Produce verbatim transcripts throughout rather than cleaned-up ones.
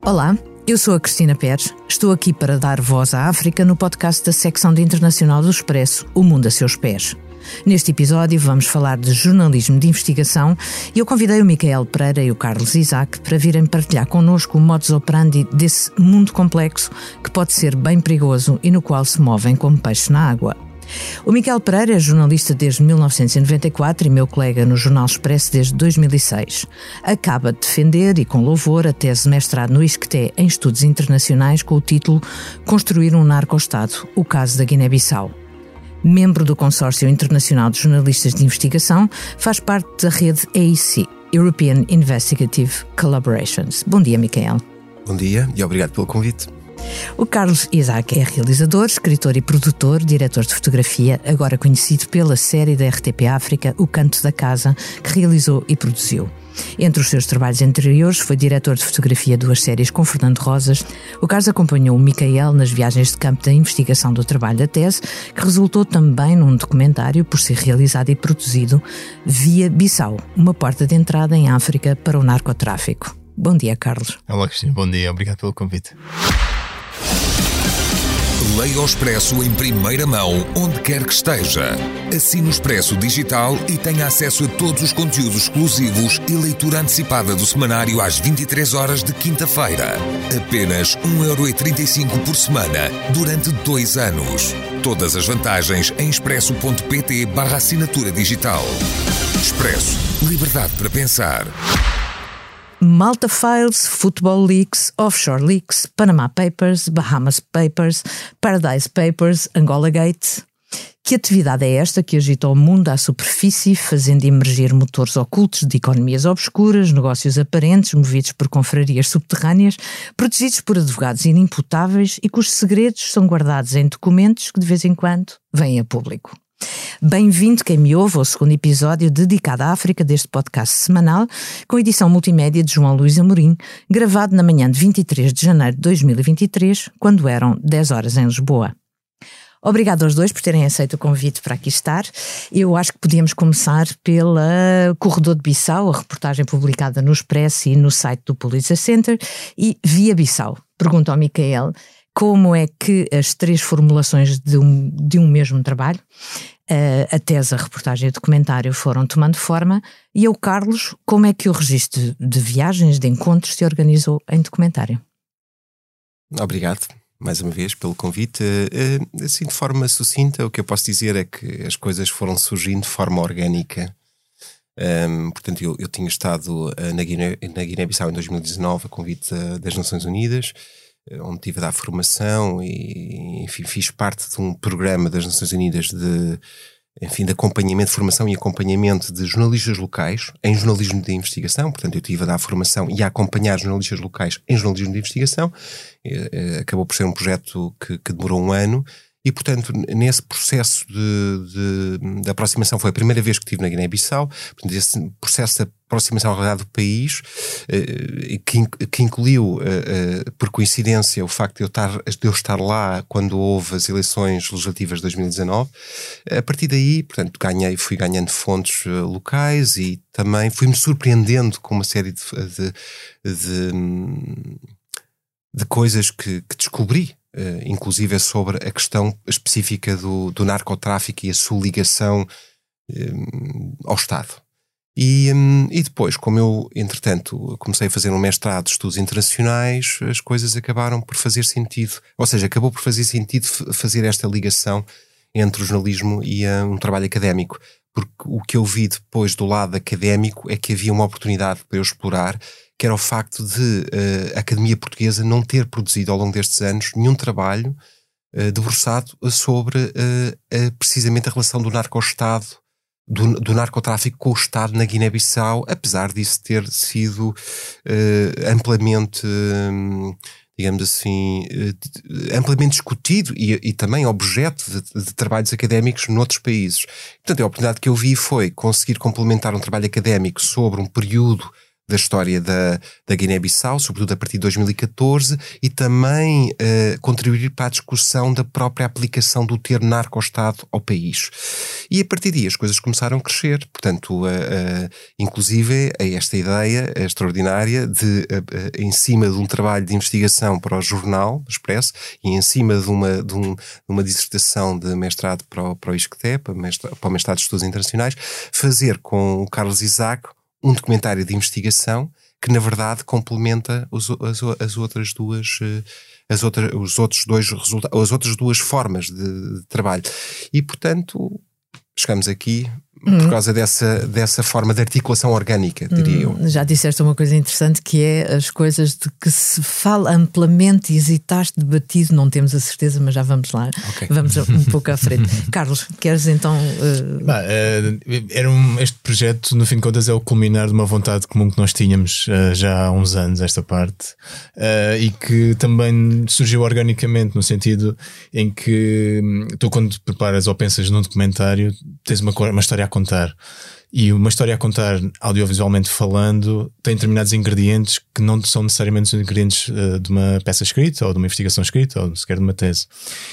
Olá, eu sou a Cristina Pérez, estou aqui para dar voz à África no podcast da secção de internacional do Expresso, O Mundo a Seus Pés. Neste episódio vamos falar de jornalismo de investigação e eu convidei o Micael Pereira e o Carlos Isaac para virem partilhar connosco o modus operandi desse mundo complexo que pode ser bem perigoso e no qual se movem como peixe na água. O Micael Pereira é jornalista desde mil novecentos e noventa e quatro e meu colega no Jornal Expresso desde dois mil e seis. Acaba de defender, e com louvor, a tese de mestrado no I S C T E em Estudos Internacionais com o título Construir um Narco-Estado, o caso da Guiné-Bissau. Membro do Consórcio Internacional de Jornalistas de Investigação, faz parte da rede E I C, European Investigative Collaborations. Bom dia, Micael. Bom dia e obrigado pelo convite. O Carlos Isaac é realizador, escritor e produtor, diretor de fotografia, agora conhecido pela série da R T P África, O Canto da Casa, que realizou e produziu. Entre os seus trabalhos anteriores foi diretor de fotografia de duas séries com Fernando Rosas. O Carlos acompanhou o Micael nas viagens de campo da investigação do trabalho da tese, que resultou também num documentário por ser realizado e produzido via Bissau, uma porta de entrada em África para o narcotráfico. Bom dia, Carlos. Olá, Cristina. Bom dia. Obrigado pelo convite. Leia o Expresso em primeira mão, onde quer que esteja. Assine o Expresso Digital e tenha acesso a todos os conteúdos exclusivos e leitura antecipada do semanário às vinte e três horas de quinta-feira. Apenas um euro e trinta e cinco por semana, durante dois anos. Todas as vantagens em expresso.pt barra assinatura digital. Expresso. Liberdade para pensar. Malta Files, Football Leaks, Offshore Leaks, Panama Papers, Bahamas Papers, Paradise Papers, Angola Gate. Que atividade é esta que agita o mundo à superfície, fazendo emergir motores ocultos de economias obscuras, negócios aparentes movidos por confrarias subterrâneas, protegidos por advogados inimputáveis e cujos segredos são guardados em documentos que de vez em quando vêm a público? Bem-vindo quem me ouve ao segundo episódio dedicado à África deste podcast semanal, com edição multimédia de João Luís Amorim, gravado na manhã de vinte e três de janeiro de dois mil e vinte e três, quando eram dez horas em Lisboa. Obrigado aos dois por terem aceito o convite para aqui estar. Eu acho que podíamos começar pela Corredor de Bissau, a reportagem publicada no Expresso e no site do Pulitzer Center, e via Bissau. Pergunto ao Micael como é que as três formulações de um, de um mesmo trabalho, a tese, a reportagem e o documentário, foram tomando forma, e ao Carlos, como é que o registro de viagens, de encontros, se organizou em documentário? Obrigado, mais uma vez, pelo convite. Assim, de forma sucinta, o que eu posso dizer é que as coisas foram surgindo de forma orgânica. Um, portanto, eu, eu tinha estado na Guiné, na Guiné-Bissau em dois mil e dezanove, a convite das Nações Unidas, onde tive a dar formação e, enfim, fiz parte de um programa das Nações Unidas de, enfim, de acompanhamento, formação e acompanhamento de jornalistas locais em jornalismo de investigação. Portanto, eu tive a dar formação e a acompanhar jornalistas locais em jornalismo de investigação. Acabou por ser um projeto que, que demorou um ano. E, portanto, nesse processo de, de, de aproximação, foi a primeira vez que estive na Guiné-Bissau. Portanto, esse processo de aproximação à realidade do país, eh, que, que incluiu, eh, por coincidência, o facto de eu, estar, de eu estar lá quando houve as eleições legislativas de dois mil e dezanove. A partir daí, portanto, ganhei, fui ganhando fontes uh, locais e também fui-me surpreendendo com uma série de, de, de, de coisas que, que descobri. Uh, inclusive sobre a questão específica do, do narcotráfico e a sua ligação um, ao Estado. E, um, e depois, como eu, entretanto, comecei a fazer um mestrado de estudos internacionais, as coisas acabaram por fazer sentido, ou seja, acabou por fazer sentido fazer esta ligação entre o jornalismo e uh, um trabalho académico, porque o que eu vi depois do lado académico é que havia uma oportunidade para eu explorar, que era o facto de uh, a Academia Portuguesa não ter produzido ao longo destes anos nenhum trabalho uh, debruçado sobre uh, uh, precisamente a relação do narco-estado, do, do narcotráfico com o Estado na Guiné-Bissau, apesar disso ter sido uh, amplamente, um, digamos assim, uh, amplamente discutido e, e também objeto de, de trabalhos académicos noutros países. Portanto, a oportunidade que eu vi foi conseguir complementar um trabalho académico sobre um período da história da, da Guiné-Bissau, sobretudo a partir de dois mil e catorze, e também uh, contribuir para a discussão da própria aplicação do termo narco-estado ao país. E a partir daí as coisas começaram a crescer. Portanto, a, a, inclusive a esta ideia extraordinária de, a, a, em cima de um trabalho de investigação para o jornal, o Expresso, e em cima de uma, de um, de uma dissertação de mestrado para o, para o I S C T E, para, para o mestrado de Estudos Internacionais, fazer com o Carlos Isaac um documentário de investigação que na verdade complementa os, as, as outras duas as outras, os outros dois resultados, as outras duas formas de, de trabalho. E portanto chegamos aqui Hum. por causa dessa, dessa forma de articulação orgânica, diria hum, eu. Já disseste uma coisa interessante, que é as coisas de que se fala amplamente e hesitaste debatido, não temos a certeza, mas já vamos lá. Okay. Vamos um pouco à frente. Carlos, queres então... Uh... Bah, uh, era um, este projeto, no fim de contas, é o culminar de uma vontade comum que nós tínhamos uh, já há uns anos, esta parte, uh, e que também surgiu organicamente, no sentido em que hum, tu, quando preparas ou pensas num documentário, tens uma, uma história a contar, e uma história a contar audiovisualmente falando tem determinados ingredientes que não são necessariamente os ingredientes uh, de uma peça escrita ou de uma investigação escrita ou sequer de uma tese,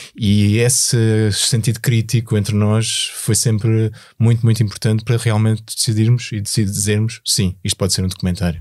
e esse sentido crítico entre nós foi sempre muito, muito importante para realmente decidirmos e dizermos sim, isto pode ser um documentário.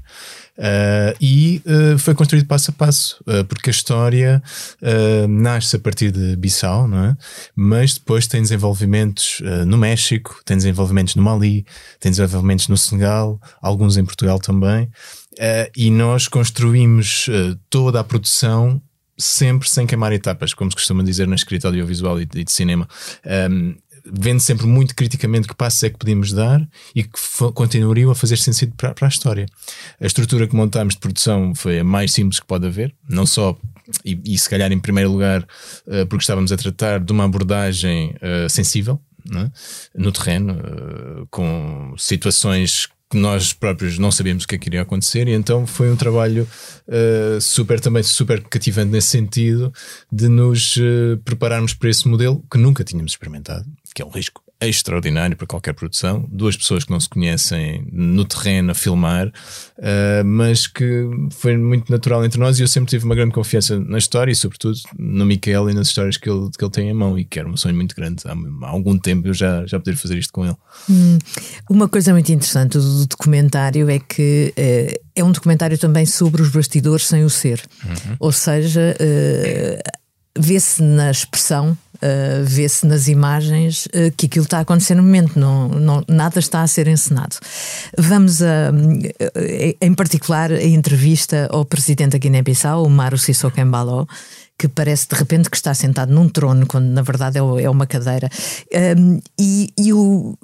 Uh, e uh, foi construído passo a passo, uh, porque a história uh, nasce a partir de Bissau, não é? Mas depois tem desenvolvimentos uh, no México, tem desenvolvimentos no Mali, tem desenvolvimentos no Senegal, alguns em Portugal também, uh, e nós construímos uh, toda a produção sempre sem queimar etapas, como se costuma dizer na escrita audiovisual e de, e de cinema. Um, vendo sempre muito criticamente que passos é que podíamos dar e que continuariam a fazer sentido para, para a história. A estrutura que montámos de produção foi a mais simples que pode haver, não só, e, e se calhar em primeiro lugar, uh, porque estávamos a tratar de uma abordagem uh, sensível, não é? No terreno, uh, com situações que nós próprios não sabíamos o que é que iria acontecer, e então foi um trabalho uh, super, também super cativante nesse sentido, de nos uh, prepararmos para esse modelo que nunca tínhamos experimentado, que é um risco extraordinário para qualquer produção, duas pessoas que não se conhecem no terreno a filmar, uh, mas que foi muito natural entre nós, e eu sempre tive uma grande confiança na história e sobretudo no Miquel e nas histórias que ele, que ele tem em mão, e que era um sonho muito grande. Há, há algum tempo eu já, já poderia fazer isto com ele. Hum, uma coisa muito interessante do documentário é que uh, é um documentário também sobre os bastidores sem o ser, uhum. Ou seja, uh, vê-se na expressão, Uh, vê-se nas imagens uh, que aquilo está a acontecer no momento, não, não, nada está a ser encenado. Vamos a, uh, em particular, a entrevista ao presidente da Guiné-Bissau, o Umaro Sissoko Embalo, que parece de repente que está sentado num trono, quando na verdade é uma cadeira. Um, e e o,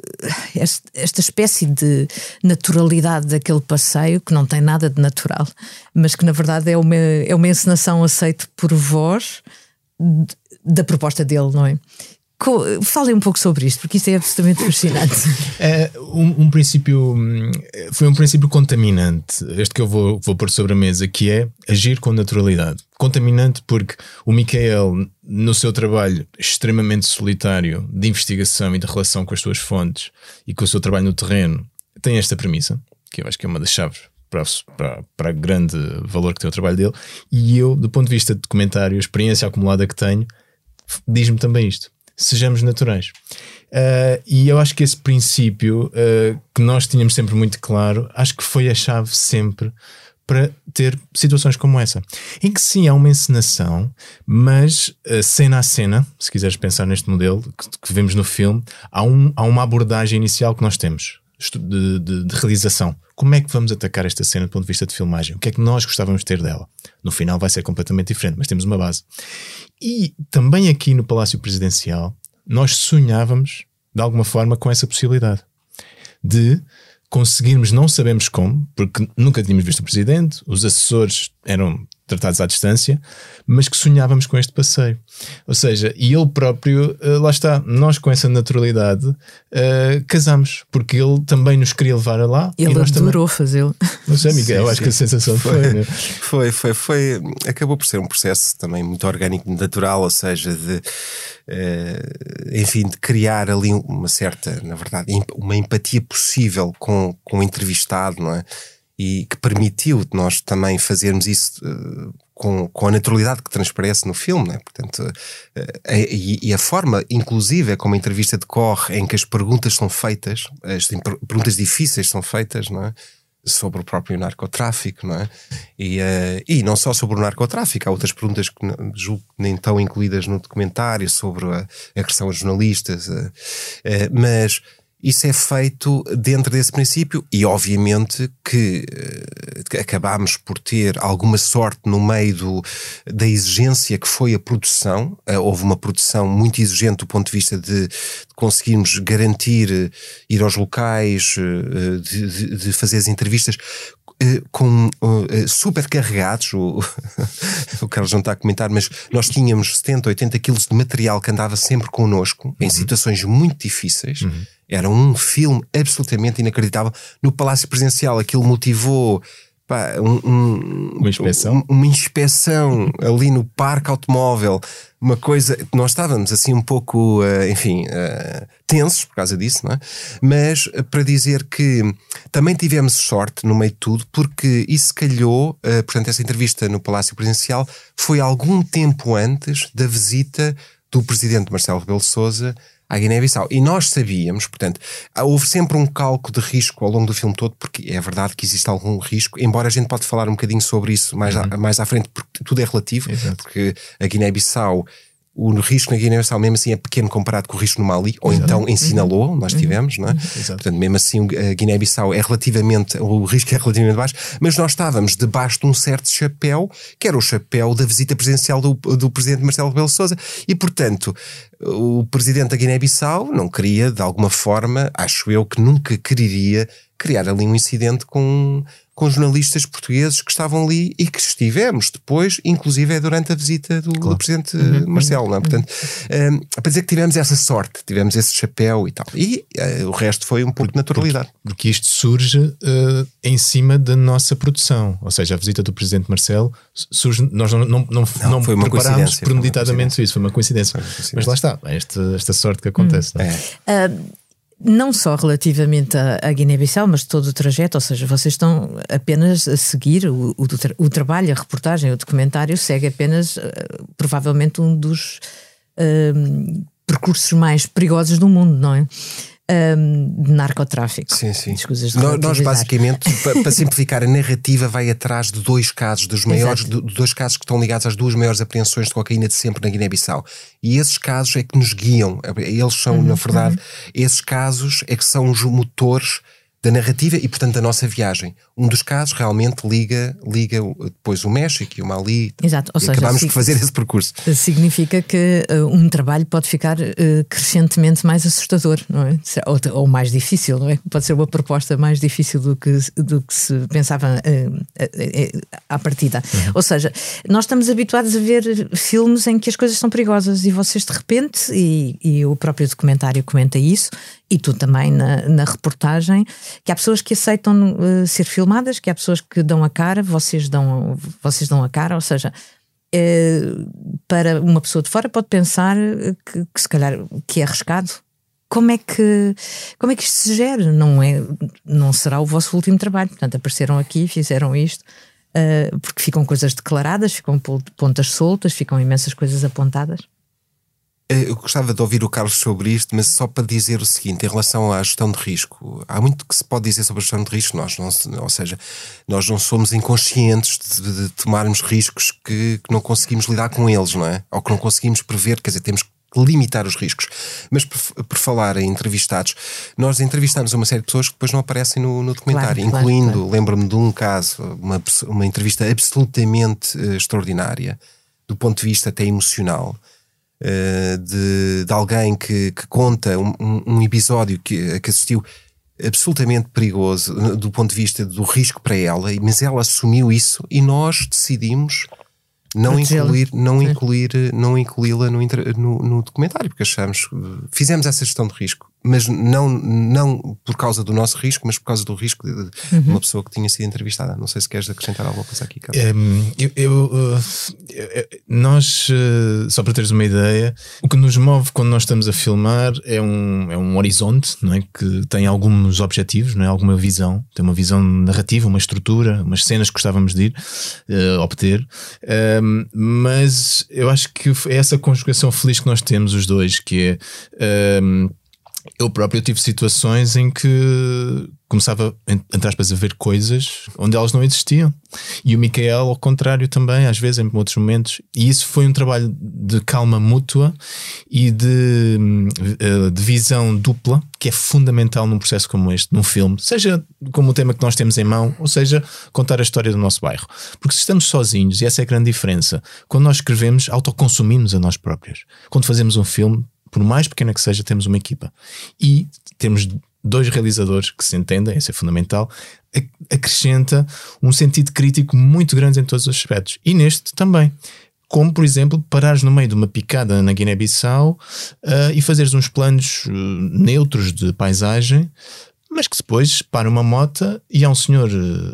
esta espécie de naturalidade daquele passeio, que não tem nada de natural, mas que na verdade é uma, é uma encenação aceita por vós da proposta dele, não é? Falem um pouco sobre isto, porque isto é absolutamente fascinante. É, um, um princípio, foi um princípio contaminante, este que eu vou, vou pôr sobre a mesa, que é agir com naturalidade. Contaminante porque o Miquel, no seu trabalho extremamente solitário de investigação e de relação com as suas fontes e com o seu trabalho no terreno, tem esta premissa, que eu acho que é uma das chaves Para, para, para o grande valor que tem o trabalho dele, e eu, do ponto de vista de documentário, a experiência acumulada que tenho, diz-me também isto: sejamos naturais. Uh, e eu acho que esse princípio uh, que nós tínhamos sempre muito claro, acho que foi a chave sempre para ter situações como essa, em que sim há uma encenação, mas uh, cena a cena, se quiseres pensar neste modelo que, que vemos no filme, há, um, há uma abordagem inicial que nós temos de, de, de realização. Como é que vamos atacar esta cena do ponto de vista de filmagem? O que é que nós gostávamos de ter dela? No final vai ser completamente diferente, mas temos uma base. E também aqui no Palácio Presidencial nós sonhávamos de alguma forma com essa possibilidade de conseguirmos, não sabemos como, porque nunca tínhamos visto o Presidente, os assessores eram tratados à distância, mas que sonhávamos com este passeio. Ou seja, e ele próprio, lá está, nós com essa naturalidade uh, casamos, porque ele também nos queria levar a lá. Ele e nós adorou também... fazê-lo. Não sei, Miguel, eu acho que a sensação foi foi, né? foi, foi, foi, acabou por ser um processo também muito orgânico, natural, ou seja, de uh, enfim, de criar ali uma certa, na verdade, uma empatia possível com, com o entrevistado, não é? E que permitiu nós também fazermos isso uh, com, com a naturalidade que transparece no filme, né? Portanto, a, e, e a forma, inclusive, é como a entrevista decorre, em que as perguntas são feitas, as perguntas difíceis são feitas, não é? Sobre o próprio narcotráfico, não é? E, uh, e não só sobre o narcotráfico, há outras perguntas que não, julgo que nem estão incluídas no documentário, sobre a, a agressão a jornalistas, uh, uh, mas isso é feito dentro desse princípio e obviamente que uh, acabámos por ter alguma sorte no meio do, da exigência que foi a produção. Uh, houve uma produção muito exigente do ponto de vista de, de conseguirmos garantir uh, ir aos locais, uh, de, de, de fazer as entrevistas Uh, com uh, super carregados. O, o Carlos não está a comentar, mas nós tínhamos setenta, oitenta quilos de material que andava sempre connosco, uhum. em situações muito difíceis. Uhum. Era um filme absolutamente inacreditável. No Palácio Presidencial aquilo motivou pá, um, um, uma inspeção, um, uma inspeção ali no parque automóvel, uma coisa, nós estávamos assim um pouco, uh, enfim, uh, tensos por causa disso, não é? Mas uh, para dizer que também tivemos sorte no meio de tudo, porque isso calhou, uh, portanto essa entrevista no Palácio Presidencial foi algum tempo antes da visita do presidente Marcelo Rebelo de Sousa à Guiné-Bissau. E nós sabíamos, portanto, houve sempre um cálculo de risco ao longo do filme todo, porque é verdade que existe algum risco, embora a gente pode falar um bocadinho sobre isso mais, uhum. a, mais à frente, porque tudo é relativo. Exato. Porque a Guiné-Bissau, o risco na Guiné-Bissau mesmo assim é pequeno comparado com o risco no Mali, ou Exato. Então em Sinaloa, uhum. nós tivemos, não é? Exato. Portanto, mesmo assim a Guiné-Bissau é relativamente, o risco é relativamente baixo, mas nós estávamos debaixo de um certo chapéu, que era o chapéu da visita presidencial do, do presidente Marcelo Rebelo de Sousa, e portanto o presidente da Guiné-Bissau não queria, de alguma forma, acho eu que nunca quereria criar ali um incidente com, com jornalistas portugueses que estavam ali e que estivemos depois, inclusive é durante a visita do, claro. do presidente uhum. Marcelo, não é? Portanto, um, para dizer que tivemos essa sorte, tivemos esse chapéu e tal. E uh, o resto foi um pouco de naturalidade. Porque, porque isto surge uh, em cima da nossa produção, ou seja, a visita do presidente Marcelo surge, nós não, não, não, não, não foi preparámos premeditadamente isso, foi uma coincidência. Foi uma coincidência. Mas lá está, é esta, esta sorte que acontece. Hum. Não é? É. Uh, Não só relativamente à, à Guiné-Bissau, mas todo o trajeto, ou seja, vocês estão apenas a seguir o, o, o trabalho, a reportagem, o documentário segue apenas, uh, provavelmente, um dos uh, percursos mais perigosos do mundo, não é? Um, de narcotráfico. Sim, sim. Nós, nós basicamente, para, para simplificar, a narrativa vai atrás de dois casos, dos maiores, de, de dois casos que estão ligados às duas maiores apreensões de cocaína de sempre na Guiné-Bissau. E esses casos é que nos guiam. Eles são, uhum, na verdade, uhum. esses casos é que são os motores da narrativa e, portanto, da nossa viagem. Um dos casos realmente liga, liga depois o México e o Mali. Exato. Ou e seja, acabámos por fazer esse percurso. Significa que uh, um trabalho pode ficar uh, crescentemente mais assustador, não é? Ou, ou mais difícil, não é? Pode ser uma proposta mais difícil do que, do que se pensava uh, uh, uh, à partida. Uhum. Ou seja, nós estamos habituados a ver filmes em que as coisas são perigosas e vocês de repente, e, e o próprio documentário comenta isso, e tu também na, na reportagem, que há pessoas que aceitam uh, ser filmadas, que há pessoas que dão a cara, vocês dão, vocês dão a cara, ou seja, uh, para uma pessoa de fora pode pensar que, que se calhar que é arriscado. Como é que, como é que isto se gera? Não, é, não será o vosso último trabalho, portanto apareceram aqui, fizeram isto, uh, porque ficam coisas declaradas, ficam pontas soltas, ficam imensas coisas apontadas. Eu gostava de ouvir o Carlos sobre isto, mas só para dizer o seguinte, em relação à gestão de risco, há muito que se pode dizer sobre a gestão de risco, nós não, ou seja, nós não somos inconscientes de, de tomarmos riscos que, que não conseguimos lidar com eles, não é? Ou que não conseguimos prever, quer dizer, temos que limitar os riscos. Mas por, por falar em entrevistados, nós entrevistamos uma série de pessoas que depois não aparecem no, no documentário, claro, incluindo, claro, claro. lembro-me de um caso, uma, uma entrevista absolutamente uh, extraordinária, do ponto de vista até emocional, Uh, de, de alguém que, que conta um, um episódio que, que assistiu absolutamente perigoso do ponto de vista do risco para ela, mas ela assumiu isso e nós decidimos não incluir, não incluir, não incluí-la no, no, no documentário, porque achamos, fizemos essa gestão de risco mas não, não por causa do nosso risco, mas por causa do risco de, de uhum. uma pessoa que tinha sido entrevistada. Não sei se queres acrescentar alguma coisa aqui, Carlos. Um, eu, eu, uh, nós, uh, só para teres uma ideia, o que nos move quando nós estamos a filmar é um, é um horizonte, não é? Que tem alguns objetivos, não é? Alguma visão, tem uma visão narrativa, uma estrutura, umas cenas que gostávamos de ir uh, obter, um, mas eu acho que é essa conjugação feliz que nós temos os dois, que é um, eu próprio tive situações em que começava, entre aspas, a ver coisas onde elas não existiam, e o Micael ao contrário também, às vezes em outros momentos, e isso foi um trabalho de calma mútua e de, de visão dupla, que é fundamental num processo como este, num filme, seja como o tema que nós temos em mão, ou seja, contar a história do nosso bairro. Porque se estamos sozinhos, e essa é a grande diferença, quando nós escrevemos, autoconsumimos a nós próprios. Quando fazemos um filme, por mais pequena que seja, temos uma equipa e temos dois realizadores que se entendem, isso é fundamental, acrescenta um sentido crítico muito grande em todos os aspectos, e neste também, como por exemplo parares no meio de uma picada na Guiné-Bissau uh, e fazeres uns planos uh, neutros de paisagem, mas que depois para uma mota e há um senhor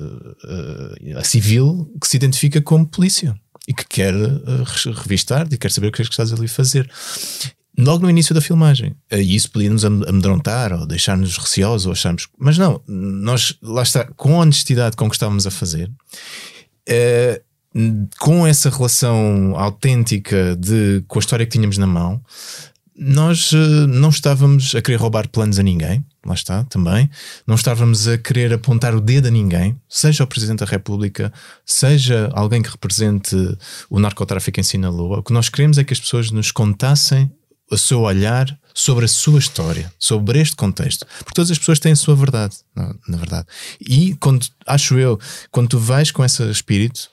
uh, uh, civil que se identifica como polícia e que quer uh, revistar e quer saber o que é que estás ali a fazer. Logo no início da filmagem, e isso podia-nos amedrontar ou deixar-nos receosos ou acharmos, mas não, nós lá está, com a honestidade com que estávamos a fazer, eh, com essa relação autêntica de, com a história que tínhamos na mão, nós eh, não estávamos a querer roubar planos a ninguém, lá está também, não estávamos a querer apontar o dedo a ninguém, seja o Presidente da República, seja alguém que represente o narcotráfico em Sinaloa. O que nós queremos é que as pessoas nos contassem o seu olhar sobre a sua história, sobre este contexto, porque todas as pessoas têm a sua verdade, na, na verdade, e quando, acho eu, quando tu vais com esse espírito,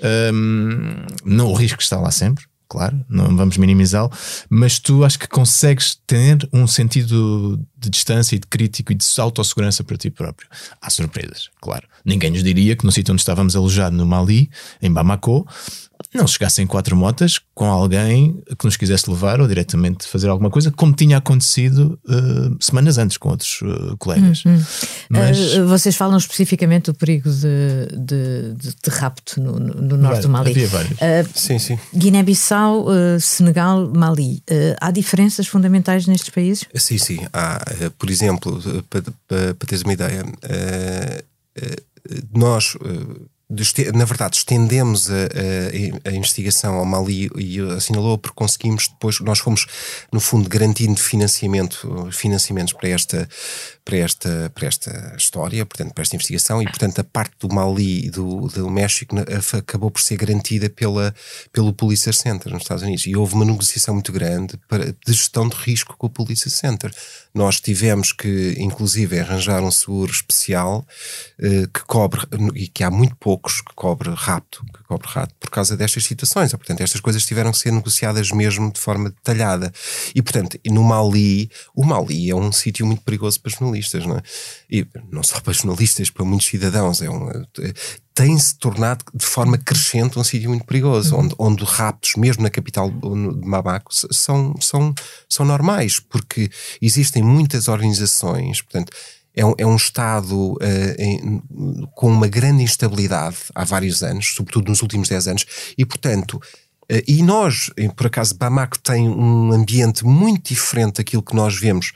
hum, não, o risco está lá sempre, claro, não vamos minimizá-lo, mas tu acho que consegues ter um sentido de distância e de crítico e de autossegurança para ti próprio. Há surpresas, claro, ninguém nos diria que no sítio onde estávamos alojados no Mali, em Bamako, não chegassem quatro motas com alguém que nos quisesse levar ou diretamente fazer alguma coisa, como tinha acontecido uh, semanas antes com outros uh, colegas. Hum, hum. Mas... Uh, vocês falam especificamente do perigo de, de, de, de rapto no, no norte Vai, do Mali. Havia vários. Uh, sim, sim. Guiné-Bissau, uh, Senegal, Mali. Uh, há diferenças fundamentais nestes países? Sim, sim. Há, uh, por exemplo, uh, para, para, para teres uma ideia, uh, uh, nós... Uh, na verdade estendemos a, a, a investigação ao Mali e a Sinaloa porque conseguimos depois, nós fomos no fundo garantindo financiamento, financiamentos para esta, para esta, para esta história, portanto para esta investigação, e portanto a parte do Mali e do, do México acabou por ser garantida pela, pelo Police Center nos Estados Unidos, e houve uma negociação muito grande para, de gestão de risco com o Police Center. Nós tivemos que inclusive arranjar um seguro especial eh, que cobre, e que há muito pouco que cobre rapto, que cobre rapto por causa destas situações. Portanto, estas coisas tiveram que ser negociadas mesmo de forma detalhada. E, portanto, no Mali, o Mali é um sítio muito perigoso para jornalistas, não é? E não só para jornalistas, para muitos cidadãos. É um, tem-se tornado de forma crescente um sítio muito perigoso, uhum. onde, onde raptos, mesmo na capital de Bamako, são, são, são normais, porque existem muitas organizações, portanto, É um, é um Estado uh, em, com uma grande instabilidade há vários anos, sobretudo nos últimos dez anos, e portanto, uh, e nós, por acaso, Bamako tem um ambiente muito diferente daquilo que nós vemos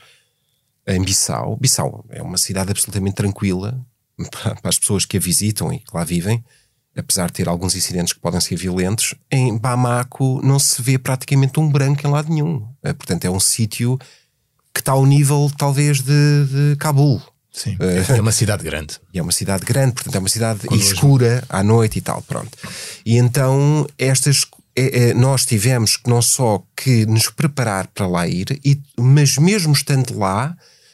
em Bissau. Bissau é uma cidade absolutamente tranquila para as pessoas que a visitam e que lá vivem, apesar de ter alguns incidentes que podem ser violentos. Em Bamako não se vê praticamente um branco em lado nenhum. Uh, portanto, é um sítio que está ao nível, talvez, de, de Cabul. Sim, é uma cidade grande. É uma cidade grande, portanto é uma cidade Quando escura hoje... à noite e tal, pronto. E então, estas, é, é, nós tivemos que não só que nos preparar para lá ir, e, mas mesmo estando lá,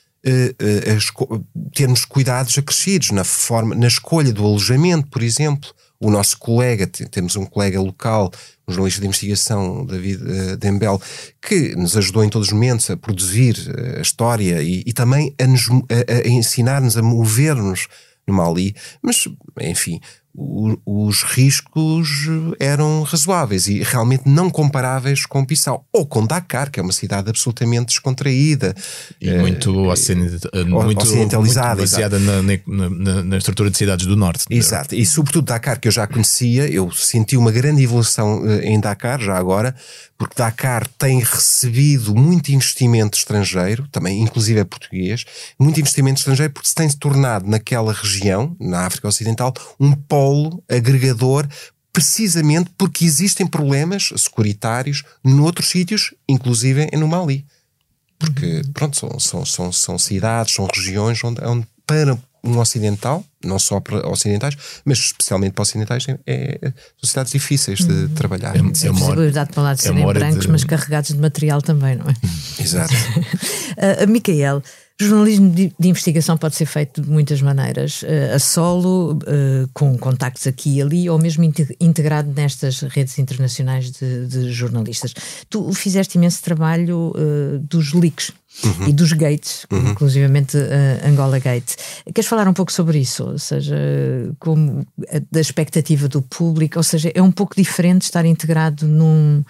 é, é, esco- termos cuidados acrescidos na, forma, na escolha do alojamento, por exemplo. O nosso colega, temos um colega local, um jornalista de investigação, David uh, Dembel, que nos ajudou em todos os momentos a produzir uh, a história e, e também a, nos, a, a ensinar-nos a mover-nos no Mali. Mas, enfim, o, os riscos eram razoáveis e realmente não comparáveis com Bissau ou com Dakar, que é uma cidade absolutamente descontraída e uh, muito, uh, muito ocidentalizada, muito baseada na, na, na estrutura de cidades do norte. Exato, e sobretudo Dakar, que eu já conhecia, eu senti uma grande evolução uh, em Dakar já agora, porque Dakar tem recebido muito investimento estrangeiro, também inclusive é português, muito investimento estrangeiro porque se tem tornado naquela região, na África Ocidental, um polo agregador, precisamente porque existem problemas securitários noutros sítios, inclusive no Mali. Porque, pronto, são, são, são, são cidades, são regiões onde, onde para um ocidental, não só para ocidentais, mas especialmente para ocidentais, é, é, são cidades difíceis de uhum. trabalhar. É, é a possibilidade para lá de serem brancos, de... mas carregados de material também, não é? Exato. uh, Micael, jornalismo de, de investigação pode ser feito de muitas maneiras, uh, a solo, uh, com contactos aqui e ali, ou mesmo integrado nestas redes internacionais de, de jornalistas. Tu fizeste imenso trabalho uh, dos leaks. Uhum. E dos gates, uhum. inclusivamente uh, Angola Gate. Queres falar um pouco sobre isso? Ou seja, como, da expectativa do público, ou seja, é um pouco diferente estar integrado num,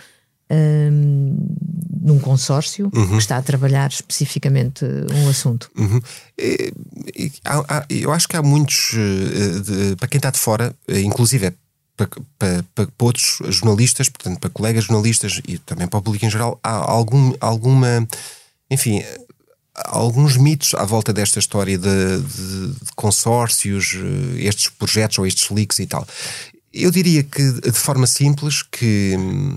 um, num consórcio uhum. que está a trabalhar especificamente um assunto. Uhum. E, e, há, há, eu acho que há muitos, de, para quem está de fora, inclusive é Para, para, para outros jornalistas, portanto para colegas jornalistas e também para o público em geral, há algum, alguma, enfim, alguns mitos à volta desta história de, de, de consórcios, estes projetos ou estes leaks e tal. Eu diria que, de forma simples, que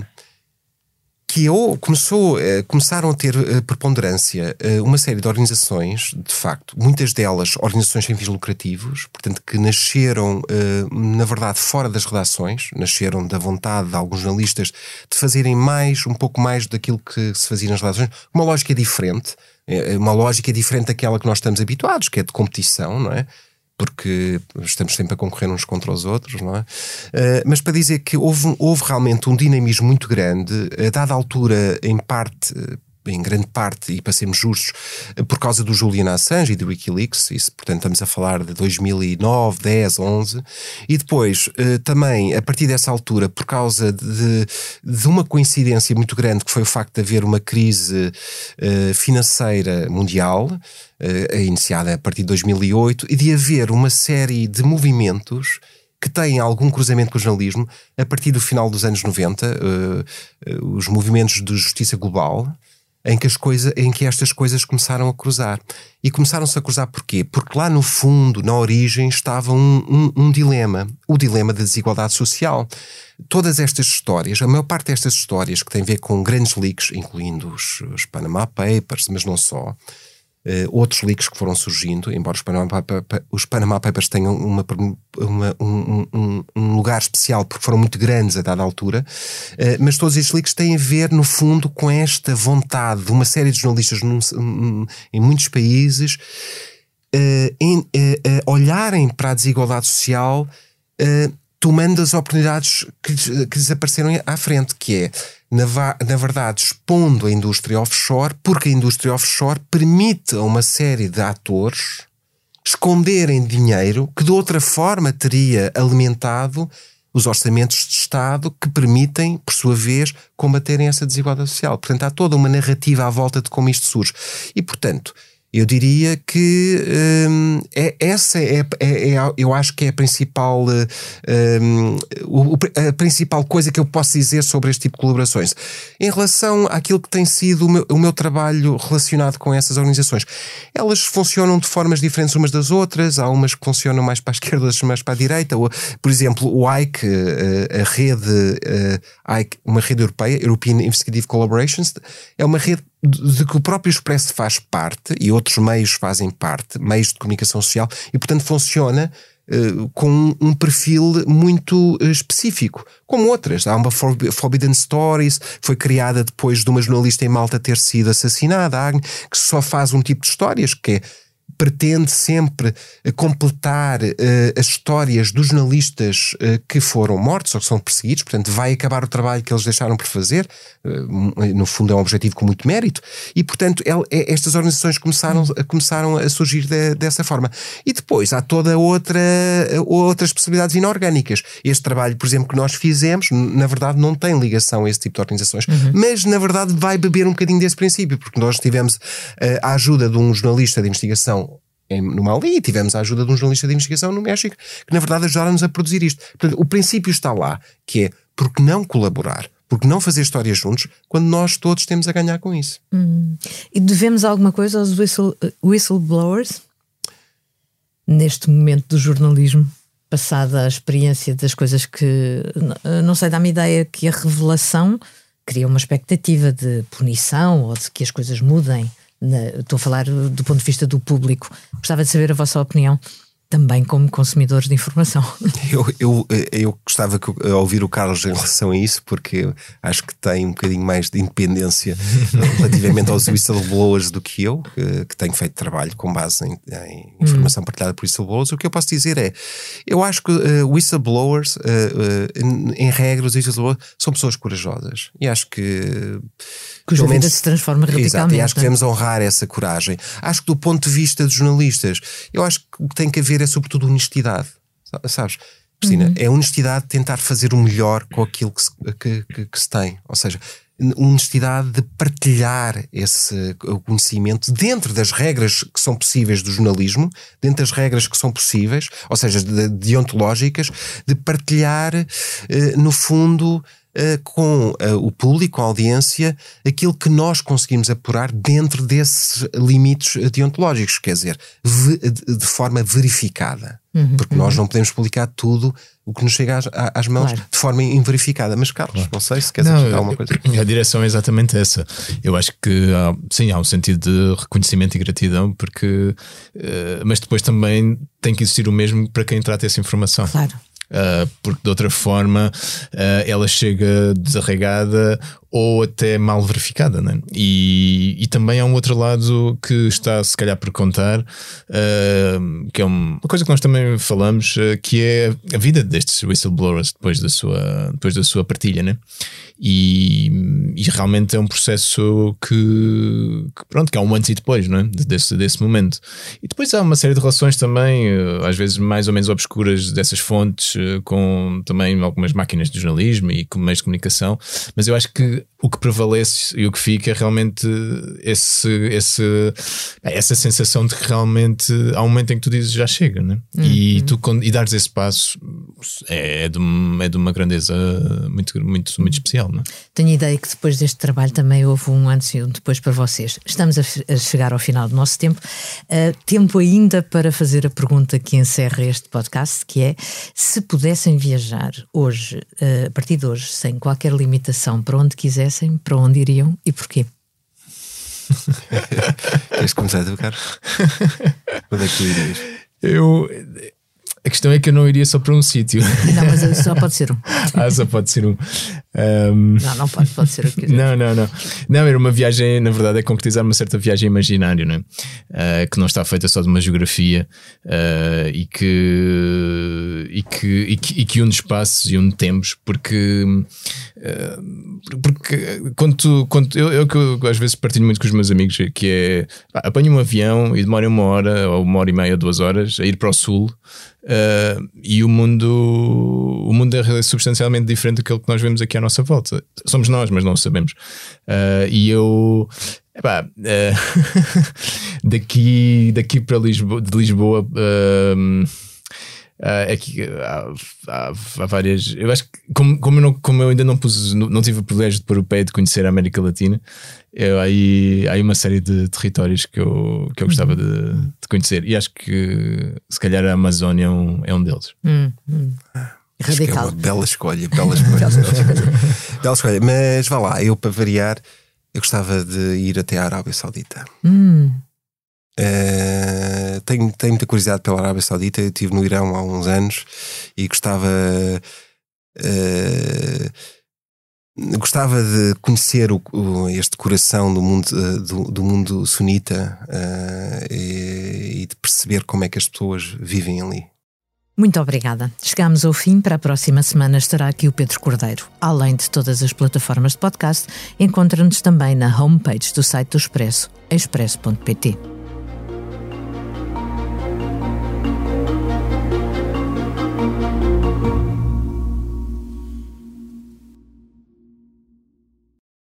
que ou começou, começaram a ter preponderância uma série de organizações, de facto, muitas delas organizações sem fins lucrativos, portanto que nasceram, na verdade, fora das redações, nasceram da vontade de alguns jornalistas de fazerem mais, um pouco mais daquilo que se fazia nas redações, uma lógica diferente, uma lógica diferente daquela que nós estamos habituados, que é de competição, não é? Porque estamos sempre a concorrer uns contra os outros, não é? Uh, mas para dizer que houve, houve realmente um dinamismo muito grande, a dada altura, em parte, em grande parte, e para sermos justos, por causa do Julian Assange e do Wikileaks, isso, portanto, estamos a falar de dois mil e nove, dez, onze, e depois, uh, também, a partir dessa altura, por causa de, de uma coincidência muito grande, que foi o facto de haver uma crise uh, financeira mundial, Uh, iniciada a partir de dois mil e oito, e de haver uma série de movimentos que têm algum cruzamento com o jornalismo a partir do final dos anos noventa, uh, uh, os movimentos de justiça global, em que, as coisa, em que estas coisas começaram a cruzar. E começaram-se a cruzar porquê? Porque lá no fundo, na origem, estava um, um, um dilema, o dilema da desigualdade social. Todas estas histórias, a maior parte destas histórias que têm a ver com grandes leaks, incluindo os, os Panama Papers, mas não só, Uh, outros leaks que foram surgindo, embora os Panama, os Panama Papers tenham uma, uma, um, um, um lugar especial porque foram muito grandes a dada altura, uh, mas todos estes leaks têm a ver no fundo com esta vontade de uma série de jornalistas num, um, em muitos países uh, em, uh, uh, olharem para a desigualdade social uh, tomando as oportunidades que, que lhes apareceram à frente, que é, na, na verdade, expondo a indústria offshore, porque a indústria offshore permite a uma série de atores esconderem dinheiro que de outra forma teria alimentado os orçamentos de Estado que permitem, por sua vez, combaterem essa desigualdade social. Portanto, há toda uma narrativa à volta de como isto surge. E, portanto, eu diria que hum, é, essa é, é, é, eu acho que é a principal, hum, a principal coisa que eu posso dizer sobre este tipo de colaborações. Em relação àquilo que tem sido o meu, o meu trabalho relacionado com essas organizações, elas funcionam de formas diferentes umas das outras, há umas que funcionam mais para a esquerda, outras mais para a direita. Por exemplo, o I C, a rede, a I C, uma rede europeia, European Investigative Collaborations, é uma rede de que o próprio Expresso faz parte e outros meios fazem parte, meios de comunicação social, e portanto funciona uh, com um, um perfil muito uh, específico, como outras. Há uma Forbidden Stories, foi criada depois de uma jornalista em Malta ter sido assassinada, que só faz um tipo de histórias, que é pretende sempre completar uh, as histórias dos jornalistas uh, que foram mortos ou que são perseguidos, portanto vai acabar o trabalho que eles deixaram por fazer, uh, no fundo é um objetivo com muito mérito, e portanto ele, estas organizações começaram, começaram a surgir de, dessa forma. E depois há toda outra outras possibilidades inorgânicas. Este trabalho, por exemplo, que nós fizemos, na verdade não tem ligação a esse tipo de organizações, uhum. mas na verdade vai beber um bocadinho desse princípio, porque nós tivemos uh, a ajuda de um jornalista de investigação no Mali e tivemos a ajuda de um jornalista de investigação no México, que na verdade ajudaram-nos a produzir isto. Portanto, o princípio está lá, que é porque não colaborar, porque não fazer histórias juntos, quando nós todos temos a ganhar com isso. Hum. E devemos alguma coisa aos whistle, whistleblowers? Neste momento do jornalismo, passada a experiência das coisas que, não sei, dá-me ideia que a revelação cria uma expectativa de punição ou de que as coisas mudem. Na, estou a falar do ponto de vista do público. Gostava de saber a vossa opinião, também como consumidores de informação. Eu, eu, eu gostava de ouvir o Carlos em relação a isso, porque acho que tem um bocadinho mais de independência relativamente aos whistleblowers do que eu, que, que tenho feito trabalho com base em, em informação hum. partilhada por whistleblowers. O que eu posso dizer é, eu acho que uh, whistleblowers, uh, uh, em, em regra, os whistleblowers são pessoas corajosas. E acho que... cuja vida se transforma radicalmente. Exato, e acho que devemos honrar essa coragem. Acho que do ponto de vista dos jornalistas, eu acho que o que tem que haver é sobretudo honestidade, sabes, Cristina? Uhum. É honestidade de tentar fazer o melhor com aquilo que se, que, que, que se tem, ou seja, honestidade de partilhar esse conhecimento dentro das regras que são possíveis do jornalismo, dentro das regras que são possíveis, ou seja, de, deontológicas, de partilhar, eh, no fundo, Uh, com uh, o público, a audiência, aquilo que nós conseguimos apurar dentro desses limites deontológicos, quer dizer, de, de forma verificada. Uhum, porque uhum. nós não podemos publicar tudo o que nos chega às, às mãos, claro, de forma inverificada. Mas Carlos, claro, não sei se queres acrescentar alguma coisa. A direção é exatamente essa. Eu acho que há, sim, há um sentido de reconhecimento e gratidão, porque uh, mas depois também tem que existir o mesmo para quem trata essa informação. Claro. Uh, porque de outra forma uh, ela chega desarraigada ou até mal verificada, né? e, e também há um outro lado que está se calhar por contar, uh, que é uma coisa que nós também falamos, uh, que é a vida destes whistleblowers depois da sua, depois da sua partilha, né? e, e realmente é um processo que, que pronto, que há um antes e depois, não é? desse, desse momento. E depois há uma série de relações também, uh, às vezes mais ou menos obscuras dessas fontes, uh, com também algumas máquinas de jornalismo e com meios de comunicação, mas eu acho que o que prevalece e o que fica é realmente esse, esse, essa sensação de que realmente há um momento em que tu dizes já chega, né? Uhum. E, tu, e dares esse passo é de, é de uma grandeza muito, muito, muito especial, não é? Tenho a ideia que depois deste trabalho também houve um antes e um depois para vocês. Estamos a, a chegar ao final do nosso tempo. Uh, tempo ainda para fazer a pergunta que encerra este podcast, que é: se pudessem viajar hoje, uh, a partir de hoje, sem qualquer limitação, para onde quisessem, para onde iriam e porquê? Queres começar a tocar? Onde é que tu irias? Eu... A questão é que eu não iria só para um sítio. Não, mas só pode ser um. Ah, só pode ser um. um... Não, não pode, pode ser o que quiser. Não, não, não. Não, era uma viagem, na verdade, é concretizar uma certa viagem imaginária, não é? Uh, que não está feita só de uma geografia, uh, e, que, e, que, e, que, e que une espaços e une tempos, porque, uh, porque quando, tu, quando eu, eu, eu às vezes partilho muito com os meus amigos, que é, pá, apanho um avião e demora uma hora, ou uma hora e meia, duas horas, a ir para o sul. Uh, e o mundo o mundo é substancialmente diferente daquilo que nós vemos aqui à nossa volta. Somos nós, mas não o sabemos. Uh, e eu epá, uh, daqui, daqui para Lisboa, de Lisboa, uh, Uh, é que há, há, há várias. Eu acho que, como, como, eu, não, como eu ainda não pus, não, não tive o privilégio de pôr o pé de conhecer a América Latina, eu, há, aí, há aí uma série de territórios que eu, que eu gostava de, de conhecer, e acho que se calhar a Amazónia é um, é um deles. Hum, hum. Acho que é uma bela escolha, bela escolha. Bela escolha. Mas vá lá, eu para variar, eu gostava de ir até a Arábia Saudita. Hum. Uh, tenho, tenho muita curiosidade pela Arábia Saudita. Eu estive no Irão há uns anos e gostava uh, gostava de conhecer o, o, este coração do mundo, do, do mundo sunita uh, e, e de perceber como é que as pessoas vivem ali. Muito obrigada. Chegamos ao fim. Para a próxima semana estará aqui o Pedro Cordeiro. Além de todas as plataformas de podcast, encontra-nos também na homepage do site do Expresso, expresso ponto pt.